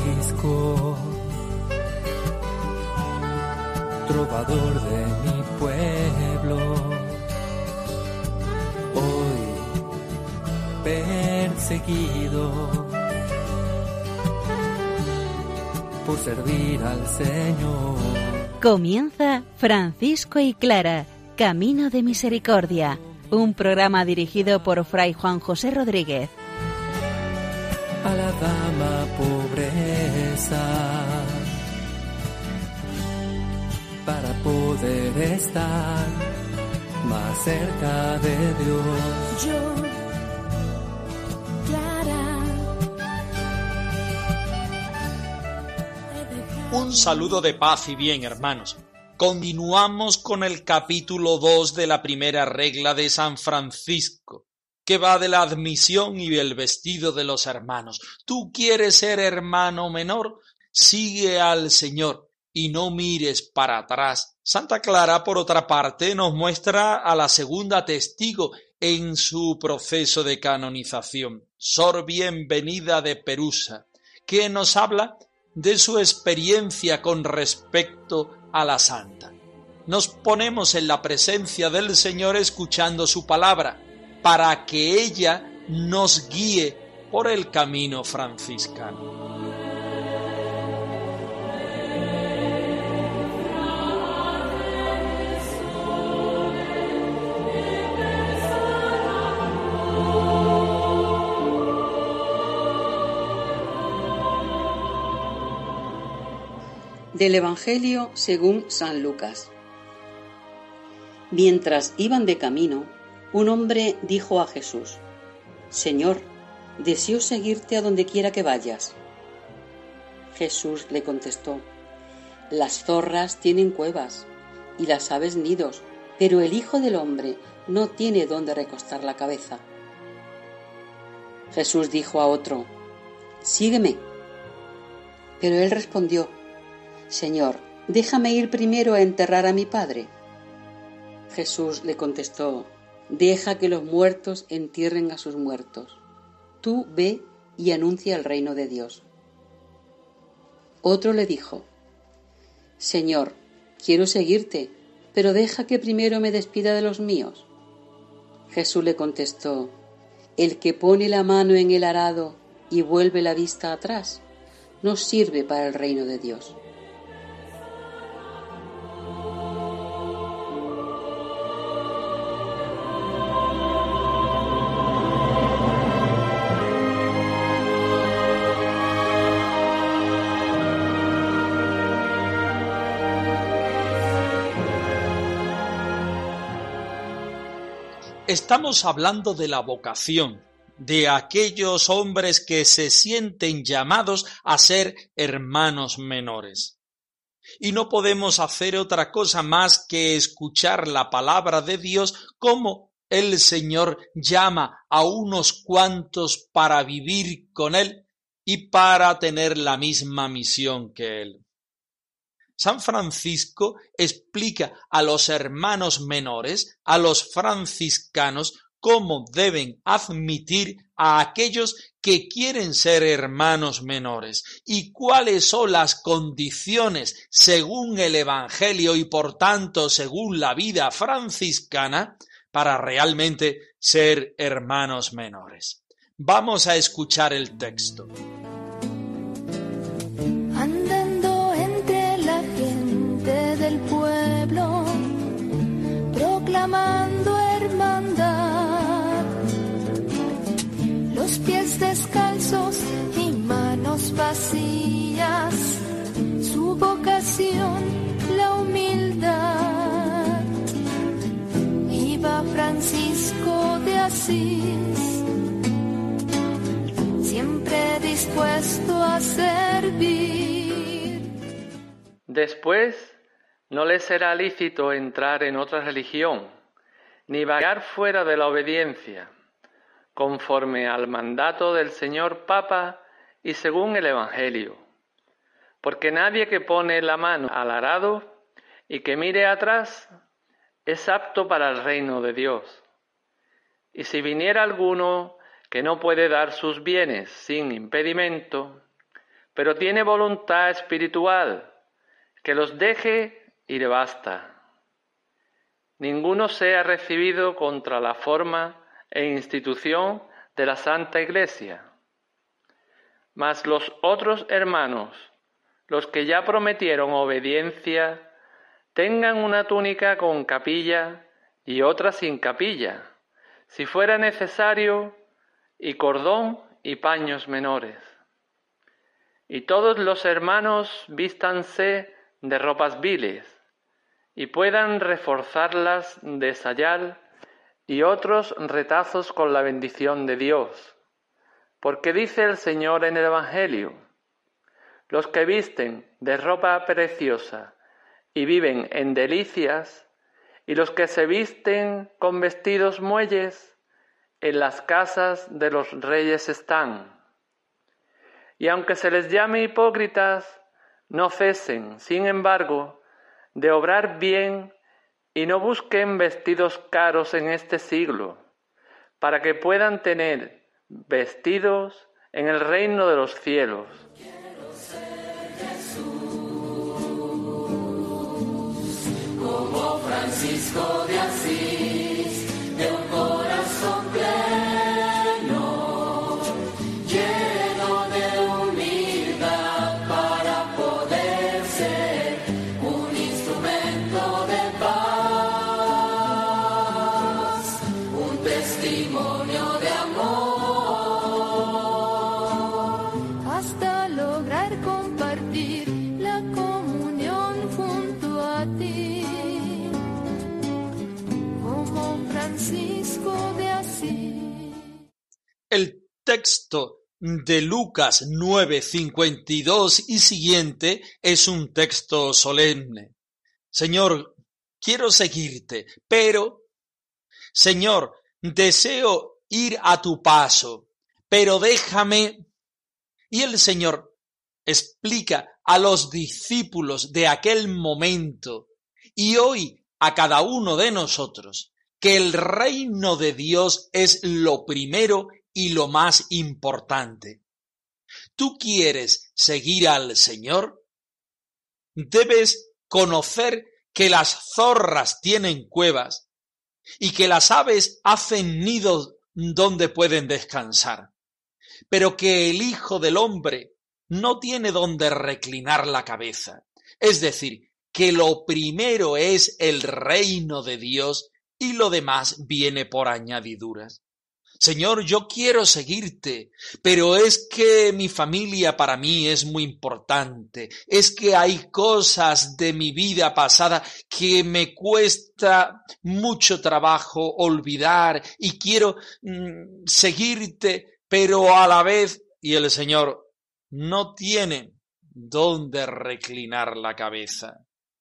Francisco, trovador de mi pueblo, hoy perseguido por servir al Señor. Comienza Francisco y Clara, Camino de Misericordia, un programa dirigido por Fray Juan José Rodríguez. A la dama pobreza, para poder estar más cerca de Dios. Yo, Clara. Un saludo de paz y bien, hermanos. Continuamos con el capítulo 2 de la primera regla de San Francisco, que va de la admisión y el vestido de los hermanos. ¿Tú quieres ser hermano menor? Sigue al Señor y no mires para atrás. Santa Clara, por otra parte, nos muestra a la segunda testigo en su proceso de canonización, Sor Bienvenida de Perusa, que nos habla de su experiencia con respecto a la santa. Nos ponemos en la presencia del Señor escuchando su palabra, para que ella nos guíe por el camino franciscano. Del Evangelio según San Lucas. Mientras iban de camino, un hombre dijo a Jesús: Señor, deseo seguirte a donde quiera que vayas. Jesús le contestó: Las zorras tienen cuevas y las aves nidos, pero el Hijo del Hombre no tiene dónde recostar la cabeza. Jesús dijo a otro: Sígueme. Pero él respondió: Señor, déjame ir primero a enterrar a mi padre. Jesús le contestó: Deja que los muertos entierren a sus muertos. Tú ve y anuncia el reino de Dios. Otro le dijo: Señor, quiero seguirte, pero deja que primero me despida de los míos. Jesús le contestó: El que pone la mano en el arado y vuelve la vista atrás, no sirve para el reino de Dios. Estamos hablando de la vocación, de aquellos hombres que se sienten llamados a ser hermanos menores. Y no podemos hacer otra cosa más que escuchar la palabra de Dios, como el Señor llama a unos cuantos para vivir con Él y para tener la misma misión que Él. San Francisco explica a los hermanos menores, a los franciscanos, cómo deben admitir a aquellos que quieren ser hermanos menores y cuáles son las condiciones según el Evangelio y por tanto según la vida franciscana para realmente ser hermanos menores. Vamos a escuchar el texto. Del pueblo, proclamando hermandad, los pies descalzos y manos vacías, su vocación, la humildad. Iba Francisco de Asís, siempre dispuesto a servir. Después, no les será lícito entrar en otra religión, ni vagar fuera de la obediencia, conforme al mandato del señor Papa y según el Evangelio. Porque nadie que pone la mano al arado y que mire atrás es apto para el reino de Dios. Y si viniera alguno que no puede dar sus bienes sin impedimento, pero tiene voluntad espiritual, que los deje y le basta. Ninguno sea recibido contra la forma e institución de la Santa Iglesia. Mas los otros hermanos, los que ya prometieron obediencia, tengan una túnica con capilla y otra sin capilla, si fuera necesario, y cordón y paños menores. Y todos los hermanos vístanse de ropas viles, y puedan reforzarlas de sayal y otros retazos con la bendición de Dios. Porque dice el Señor en el Evangelio: los que visten de ropa preciosa y viven en delicias, y los que se visten con vestidos muelles, en las casas de los reyes están. Y aunque se les llame hipócritas, no cesen, sin embargo, de obrar bien y no busquen vestidos caros en este siglo, para que puedan tener vestidos en el reino de los cielos. Quiero ser Jesús, como Francisco de Asís, de un corazón pleno, lleno de humildad para poder ser un instrumento de paz, un testimonio de amor, hasta lograr compartir la comunión junto a ti, como Francisco de Asís. El texto de Lucas 9:52 y siguiente es un texto solemne. Señor, quiero seguirte, pero, Señor, deseo ir a tu paso, pero déjame. Y el Señor explica a los discípulos de aquel momento y hoy a cada uno de nosotros que el reino de Dios es lo primero y lo más importante. ¿Tú quieres seguir al Señor? Debes conocer que las zorras tienen cuevas y que las aves hacen nidos donde pueden descansar, pero que el Hijo del Hombre no tiene donde reclinar la cabeza. Es decir, que lo primero es el reino de Dios y lo demás viene por añadiduras. Señor, yo quiero seguirte, pero es que mi familia para mí es muy importante. Es que hay cosas de mi vida pasada que me cuesta mucho trabajo olvidar y quiero seguirte, pero a la vez, y el Señor no tiene dónde reclinar la cabeza.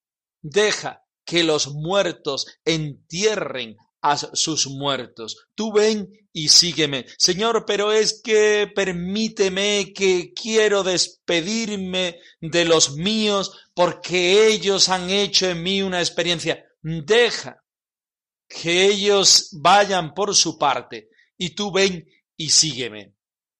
Deja que los muertos entierren a sus muertos. Tú ven y sígueme. Señor, pero es que permíteme, que quiero despedirme de los míos porque ellos han hecho en mí una experiencia. Deja que ellos vayan por su parte y tú ven y sígueme.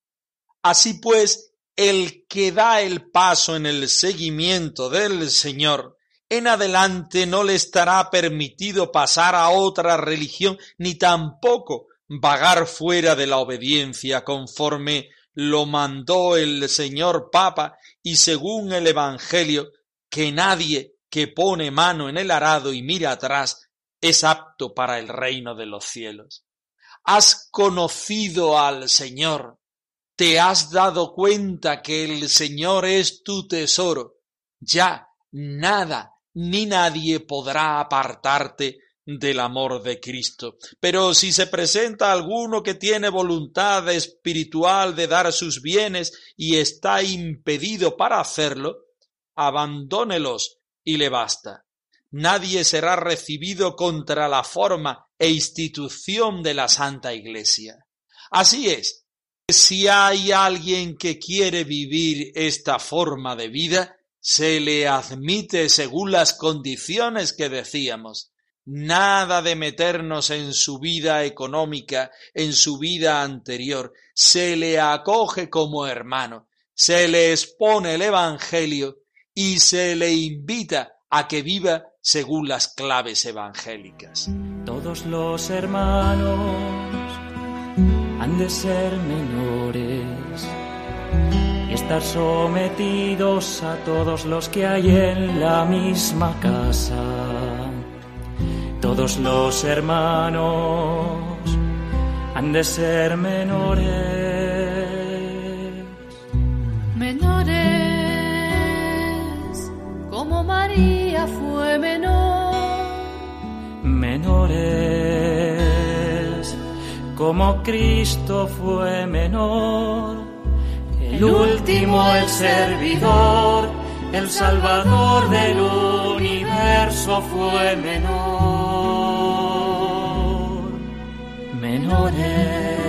Así pues, el que da el paso en el seguimiento del Señor, en adelante no le estará permitido pasar a otra religión, ni tampoco vagar fuera de la obediencia conforme lo mandó el señor Papa y según el Evangelio, que nadie que pone mano en el arado y mira atrás es apto para el reino de los cielos. ¿Has conocido al Señor? ¿Te has dado cuenta que el Señor es tu tesoro? Ya nada ni nadie podrá apartarte del amor de Cristo. Pero si se presenta alguno que tiene voluntad espiritual de dar sus bienes y está impedido para hacerlo, abandónelos y le basta. Nadie será recibido contra la forma e institución de la Santa Iglesia. Así es, si hay alguien que quiere vivir esta forma de vida, se le admite según las condiciones que decíamos. Nada de meternos en su vida económica, en su vida anterior. Se le acoge como hermano. se le expone el Evangelio y se le invita a que viva según las claves evangélicas. Todos los hermanos han de ser menores y estar sometidos a todos los que hay en la misma casa. Todos los hermanos han de ser menores. Menores, como María fue menor. Menores, como Cristo fue menor. El último, el servidor, el Salvador del universo fue menor. Menores.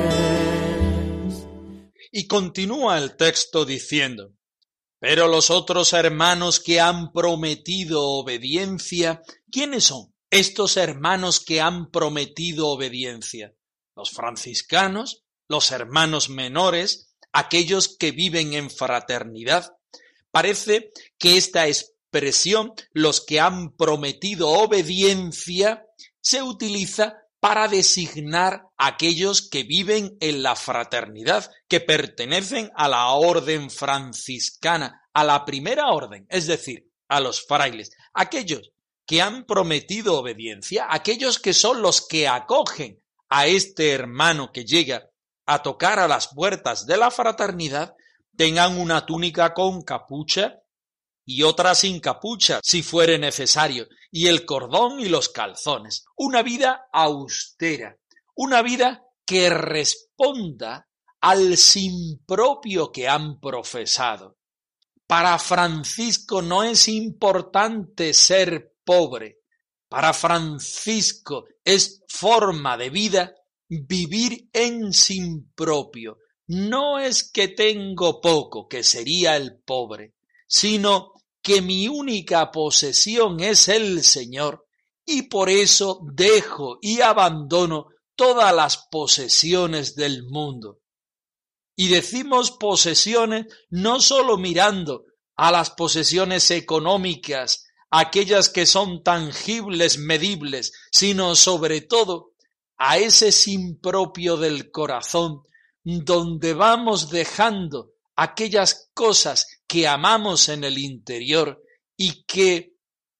Y continúa el texto diciendo: pero los otros hermanos que han prometido obediencia, ¿quiénes son estos hermanos que han prometido obediencia? Los franciscanos, los hermanos menores, aquellos que viven en fraternidad. Parece que esta expresión, los que han prometido obediencia, se utiliza para designar a aquellos que viven en la fraternidad, que pertenecen a la orden franciscana, a la primera orden, es decir, a los frailes, aquellos que han prometido obediencia, aquellos que son los que acogen a este hermano que llega a tocar a las puertas de la fraternidad, tengan una túnica con capucha y otra sin capucha, si fuere necesario, y el cordón y los calzones. Una vida austera, una vida que responda al sin propio que han profesado. Para Francisco no es importante ser pobre. Para Francisco es forma de vida vivir en sin propio. No es que tengo poco, que sería el pobre, sino que mi única posesión es el Señor y por eso dejo y abandono todas las posesiones del mundo. Y decimos posesiones no solo mirando a las posesiones económicas, aquellas que son tangibles, medibles, sino sobre todo a ese sin propio del corazón, donde vamos dejando aquellas cosas que amamos en el interior y que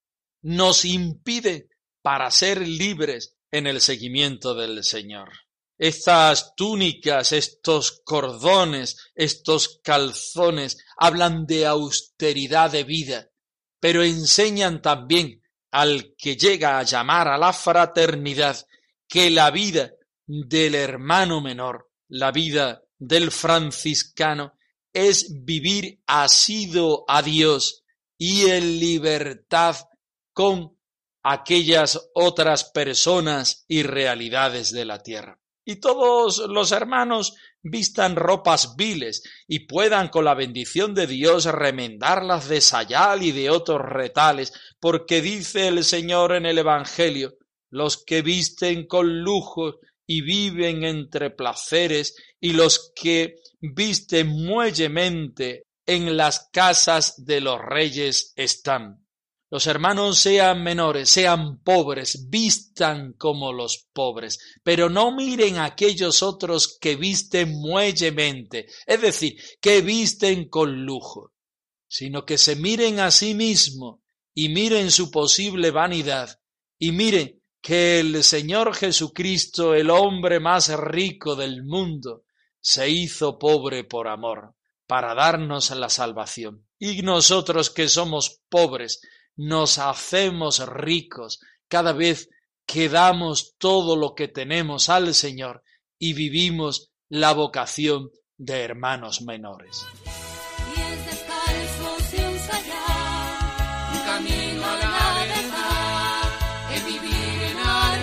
nos impiden para ser libres en el seguimiento del Señor. Estas túnicas, estos cordones, estos calzones hablan de austeridad de vida, pero enseñan también al que llega a llamar a la fraternidad que la vida del hermano menor, la vida del franciscano, es vivir asido a Dios y en libertad con aquellas otras personas y realidades de la tierra. Y todos los hermanos vistan ropas viles y puedan con la bendición de Dios remendarlas de sayal y de otros retales, porque dice el Señor en el Evangelio: los que visten con lujo y viven entre placeres, y los que visten muellemente en las casas de los reyes están. Los hermanos sean menores, sean pobres, vistan como los pobres, pero no miren a aquellos otros que visten muellemente, es decir, que visten con lujo, sino que se miren a sí mismos y miren su posible vanidad y miren que el Señor Jesucristo, el hombre más rico del mundo, se hizo pobre por amor, para darnos la salvación. Y nosotros que somos pobres, nos hacemos ricos cada vez que damos todo lo que tenemos al Señor y vivimos la vocación de hermanos menores. Y es descalzo sin fallar, un camino a la verdad, es vivir en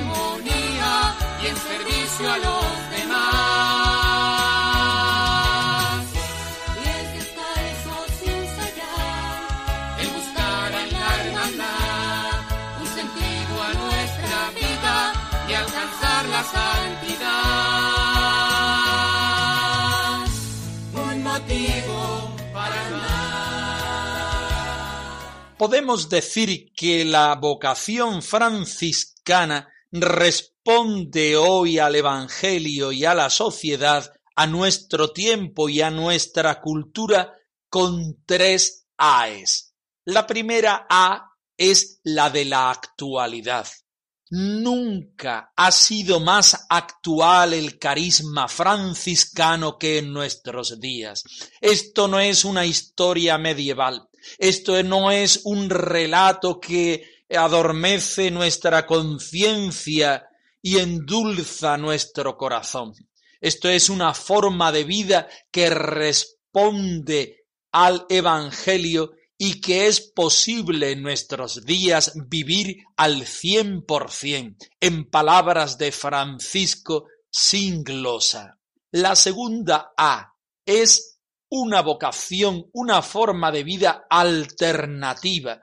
armonía y en servicio a los demás. Y es descalzo sin fallar, el buscar en la hermandad un sentido a nuestra vida y alcanzar la santidad. Un motivo para podemos decir que la vocación franciscana responde hoy al Evangelio y a la sociedad, a nuestro tiempo y a nuestra cultura con 3 A's. La primera A es la de la actualidad. Nunca ha sido más actual el carisma franciscano que en nuestros días. Esto no es una historia medieval. Esto no es un relato que adormece nuestra conciencia y endulza nuestro corazón. Esto es una forma de vida que responde al Evangelio y que es posible en nuestros días vivir al 100%, en palabras de Francisco sin glosa. La segunda A es una vocación, una forma de vida alternativa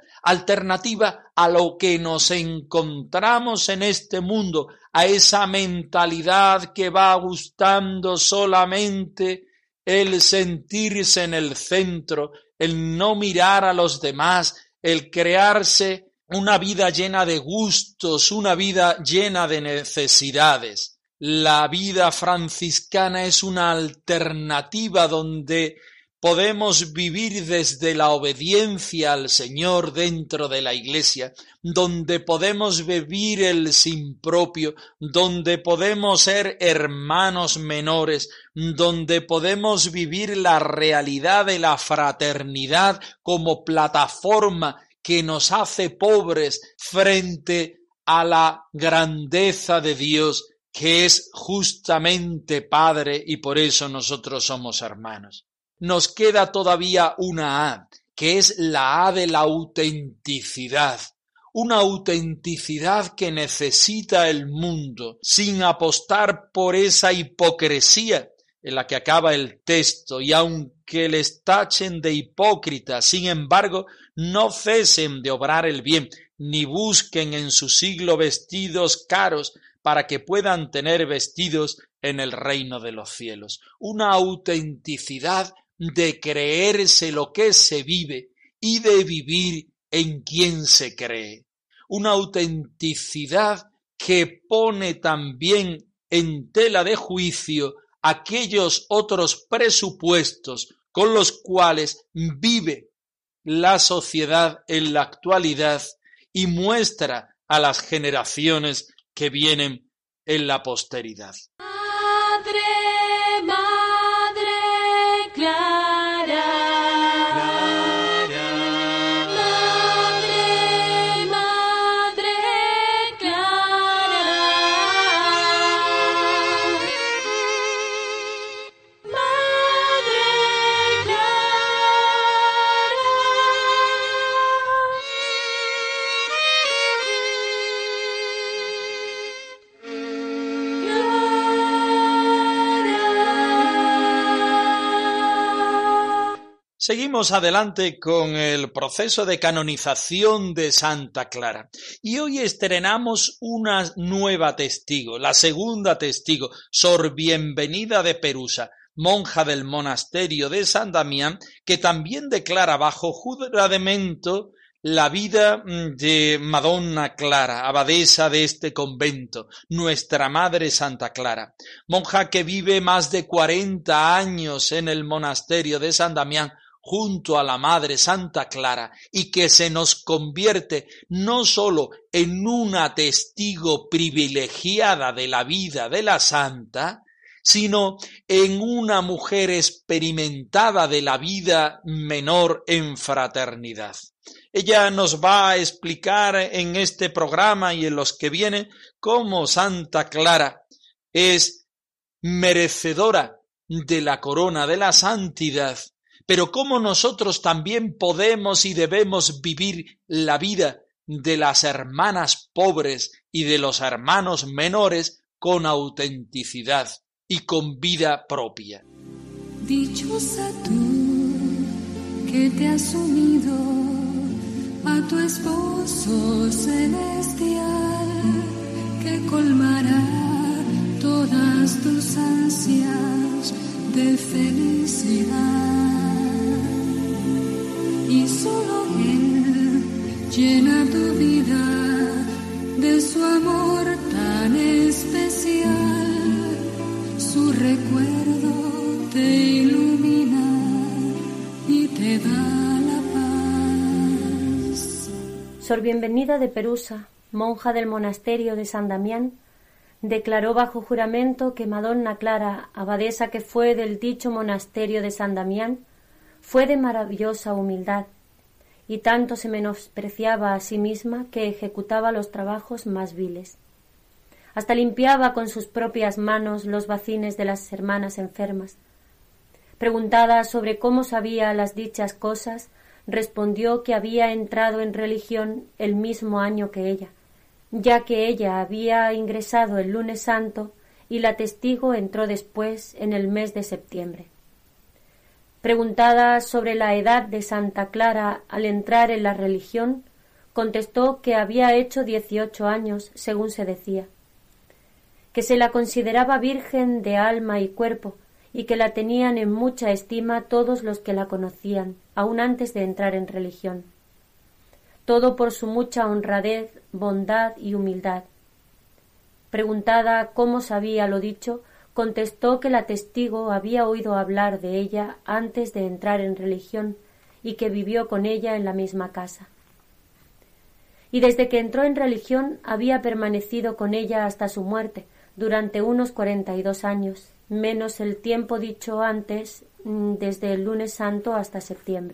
a lo que nos encontramos en este mundo, a esa mentalidad que va gustando solamente el sentirse en el centro, el no mirar a los demás, el crearse una vida llena de gustos, una vida llena de necesidades. La vida franciscana es una alternativa donde podemos vivir desde la obediencia al Señor dentro de la Iglesia, donde podemos vivir el sin propio, donde podemos ser hermanos menores, donde podemos vivir la realidad de la fraternidad como plataforma que nos hace pobres frente a la grandeza de Dios, que es justamente Padre, y por eso nosotros somos hermanos. Nos queda todavía una A, que es la A de la autenticidad. Una autenticidad que necesita el mundo, sin apostar por esa hipocresía en la que acaba el texto, y aunque les tachen de hipócritas, sin embargo, no cesen de obrar el bien, ni busquen en su siglo vestidos caros para que puedan tener vestidos en el reino de los cielos. Una autenticidad de creerse lo que se vive y de vivir en quien se cree. Una autenticidad que pone también en tela de juicio aquellos otros presupuestos con los cuales vive la sociedad en la actualidad y muestra a las generaciones que vienen en la posteridad. Seguimos adelante con el proceso de canonización de Santa Clara y hoy estrenamos una nueva testigo, la segunda testigo, Sor Bienvenida de Perusa, monja del monasterio de San Damián, que también declara bajo juramento la vida de Madonna Clara, abadesa de este convento, nuestra Madre Santa Clara, monja que vive más de 40 años en el monasterio de San Damián, junto a la Madre Santa Clara, y que se nos convierte no solo en una testigo privilegiada de la vida de la santa, sino en una mujer experimentada de la vida menor en fraternidad. Ella nos va a explicar en este programa y en los que vienen cómo Santa Clara es merecedora de la corona de la santidad, pero cómo nosotros también podemos y debemos vivir la vida de las hermanas pobres y de los hermanos menores con autenticidad y con vida propia. Dichosa tú que te has unido a tu esposo celestial, que colmará todas tus ansias de felicidad. Y solo Él llena tu vida de su amor tan especial. Su recuerdo te ilumina y te da la paz. Sor Bienvenida de Perusa, monja del monasterio de San Damián, declaró bajo juramento que Madonna Clara, abadesa que fue del dicho monasterio de San Damián, fue de maravillosa humildad, y tanto se menospreciaba a sí misma que ejecutaba los trabajos más viles. Hasta limpiaba con sus propias manos los bacines de las hermanas enfermas. Preguntada sobre cómo sabía las dichas cosas, respondió que había entrado en religión el mismo año que ella, ya que ella había ingresado el lunes santo y la testigo entró después en el mes de septiembre. Preguntada sobre la edad de Santa Clara al entrar en la religión, contestó que había hecho 18 años, según se decía, que se la consideraba virgen de alma y cuerpo y que la tenían en mucha estima todos los que la conocían, aun antes de entrar en religión. Todo por su mucha honradez, bondad y humildad. Preguntada cómo sabía lo dicho, contestó que la testigo había oído hablar de ella antes de entrar en religión y que vivió con ella en la misma casa. Y desde que entró en religión había permanecido con ella hasta su muerte, durante unos 42 años, menos el tiempo dicho antes, desde el lunes santo hasta septiembre.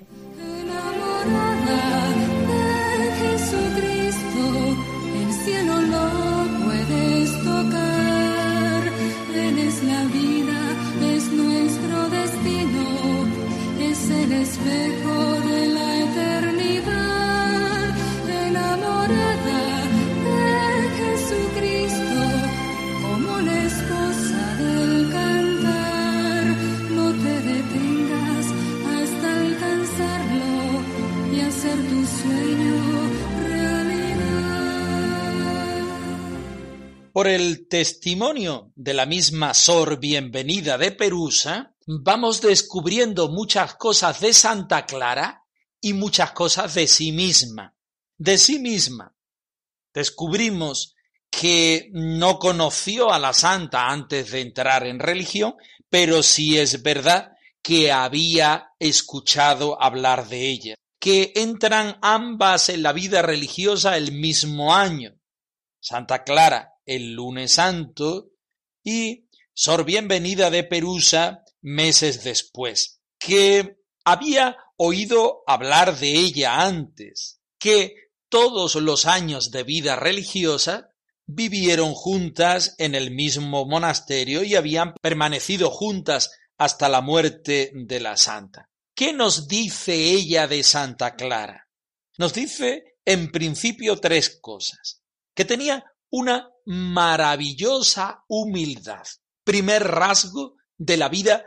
Enamorada de Jesucristo, el cielo lo puedes tocar. Él es la vida, es nuestro destino, es el espejo de la eternidad. Enamorada de Jesucristo, como la esposa del cantar, no te detengas hasta alcanzarlo y hacer tu sueño realidad. Por el testimonio de la misma Sor Bienvenida de Perusa, vamos descubriendo muchas cosas de Santa Clara y muchas cosas de sí misma. De sí misma, descubrimos que no conoció a la santa antes de entrar en religión, pero sí es verdad que había escuchado hablar de ella, que entran ambas en la vida religiosa el mismo año. Santa Clara el lunes santo y Sor Bienvenida de Perusa meses después, que había oído hablar de ella antes, que todos los años de vida religiosa vivieron juntas en el mismo monasterio y habían permanecido juntas hasta la muerte de la santa. ¿Qué nos dice ella de Santa Clara? Nos dice, en principio, 3 cosas. Que tenía una maravillosa humildad. Primer rasgo de la vida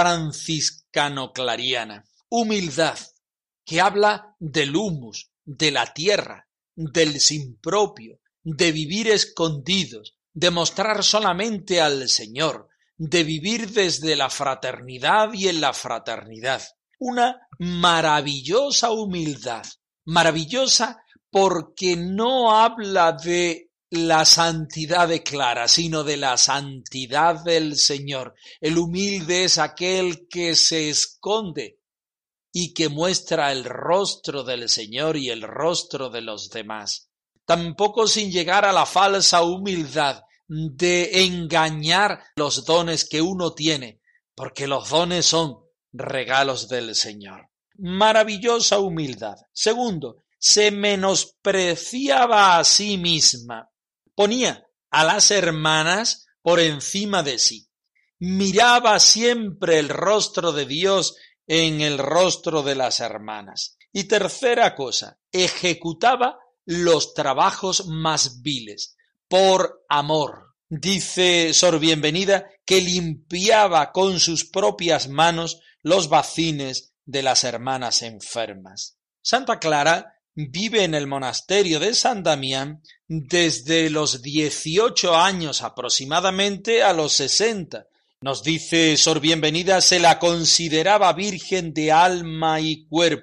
franciscano-clariana. Humildad, que habla del humus, de la tierra, del sin propio, de vivir escondidos, de mostrar solamente al Señor, de vivir desde la fraternidad y en la fraternidad. Una maravillosa humildad, maravillosa porque no habla de la santidad de Clara, sino de la santidad del Señor. El humilde es aquel que se esconde y que muestra el rostro del Señor y el rostro de los demás. Tampoco sin llegar a la falsa humildad de engañar los dones que uno tiene, porque los dones son regalos del Señor. Maravillosa humildad. Segundo, se menospreciaba a sí misma. Ponía a las hermanas por encima de sí. Miraba siempre el rostro de Dios en el rostro de las hermanas. Y tercera cosa, ejecutaba los trabajos más viles, por amor. Dice Sor Bienvenida que limpiaba con sus propias manos los bacines de las hermanas enfermas. Santa Clara vive en el monasterio de San Damián desde los 18 años aproximadamente a los 60. Nos dice Sor Bienvenida, se la consideraba virgen de alma y cuerpo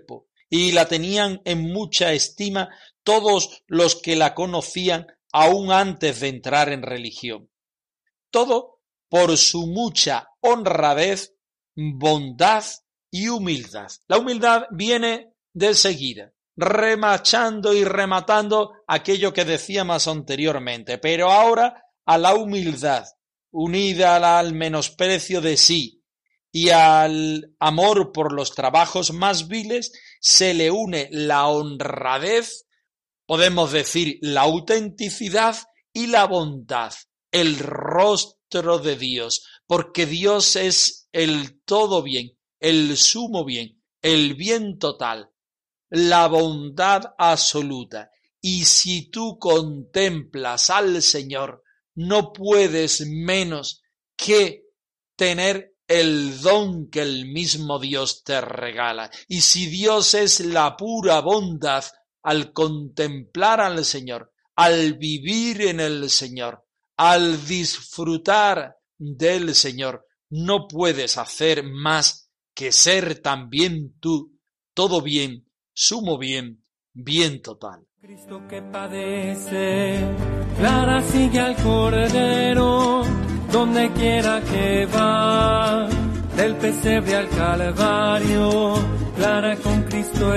y la tenían en mucha estima todos los que la conocían aún antes de entrar en religión. Todo por su mucha honradez, bondad y humildad. La humildad viene de seguida, remachando y rematando aquello que decíamos anteriormente, pero ahora a la humildad, unida al menosprecio de sí y al amor por los trabajos más viles, se le une la honradez, podemos decir la autenticidad y la bondad, el rostro de Dios, porque Dios es el todo bien, el sumo bien, el bien total, la bondad absoluta. Y si tú contemplas al Señor, no puedes menos que tener el don que el mismo Dios te regala. Y si Dios es la pura bondad, al contemplar al Señor, al vivir en el Señor, al disfrutar del Señor, no puedes hacer más que ser también tú todo bien, sumo bien, bien total. Cristo que padece, Clara sigue al Cordero, donde quiera que va, del pesebre al Calvario, Clara con Cristo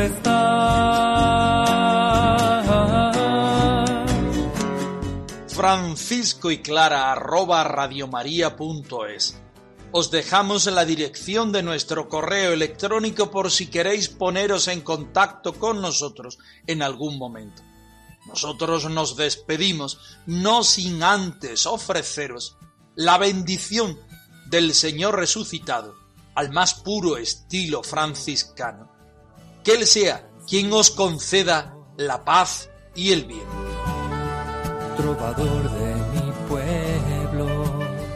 está. Francisco y Clara @radiomaria.es. Os dejamos la dirección de nuestro correo electrónico por si queréis poneros en contacto con nosotros en algún momento. Nosotros nos despedimos, no sin antes ofreceros la bendición del Señor resucitado, al más puro estilo franciscano. Que Él sea quien os conceda la paz y el bien. Trovador de mi pueblo,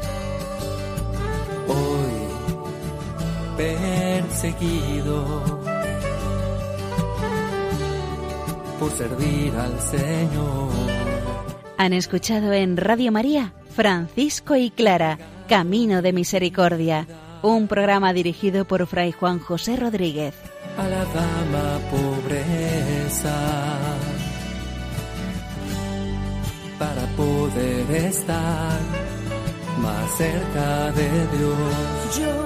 hoy perseguido por servir al Señor. Han escuchado en Radio María Francisco y Clara, Camino de Misericordia, un programa dirigido por Fray Juan José Rodríguez. A la dama pobreza, para poder estar más cerca de Dios.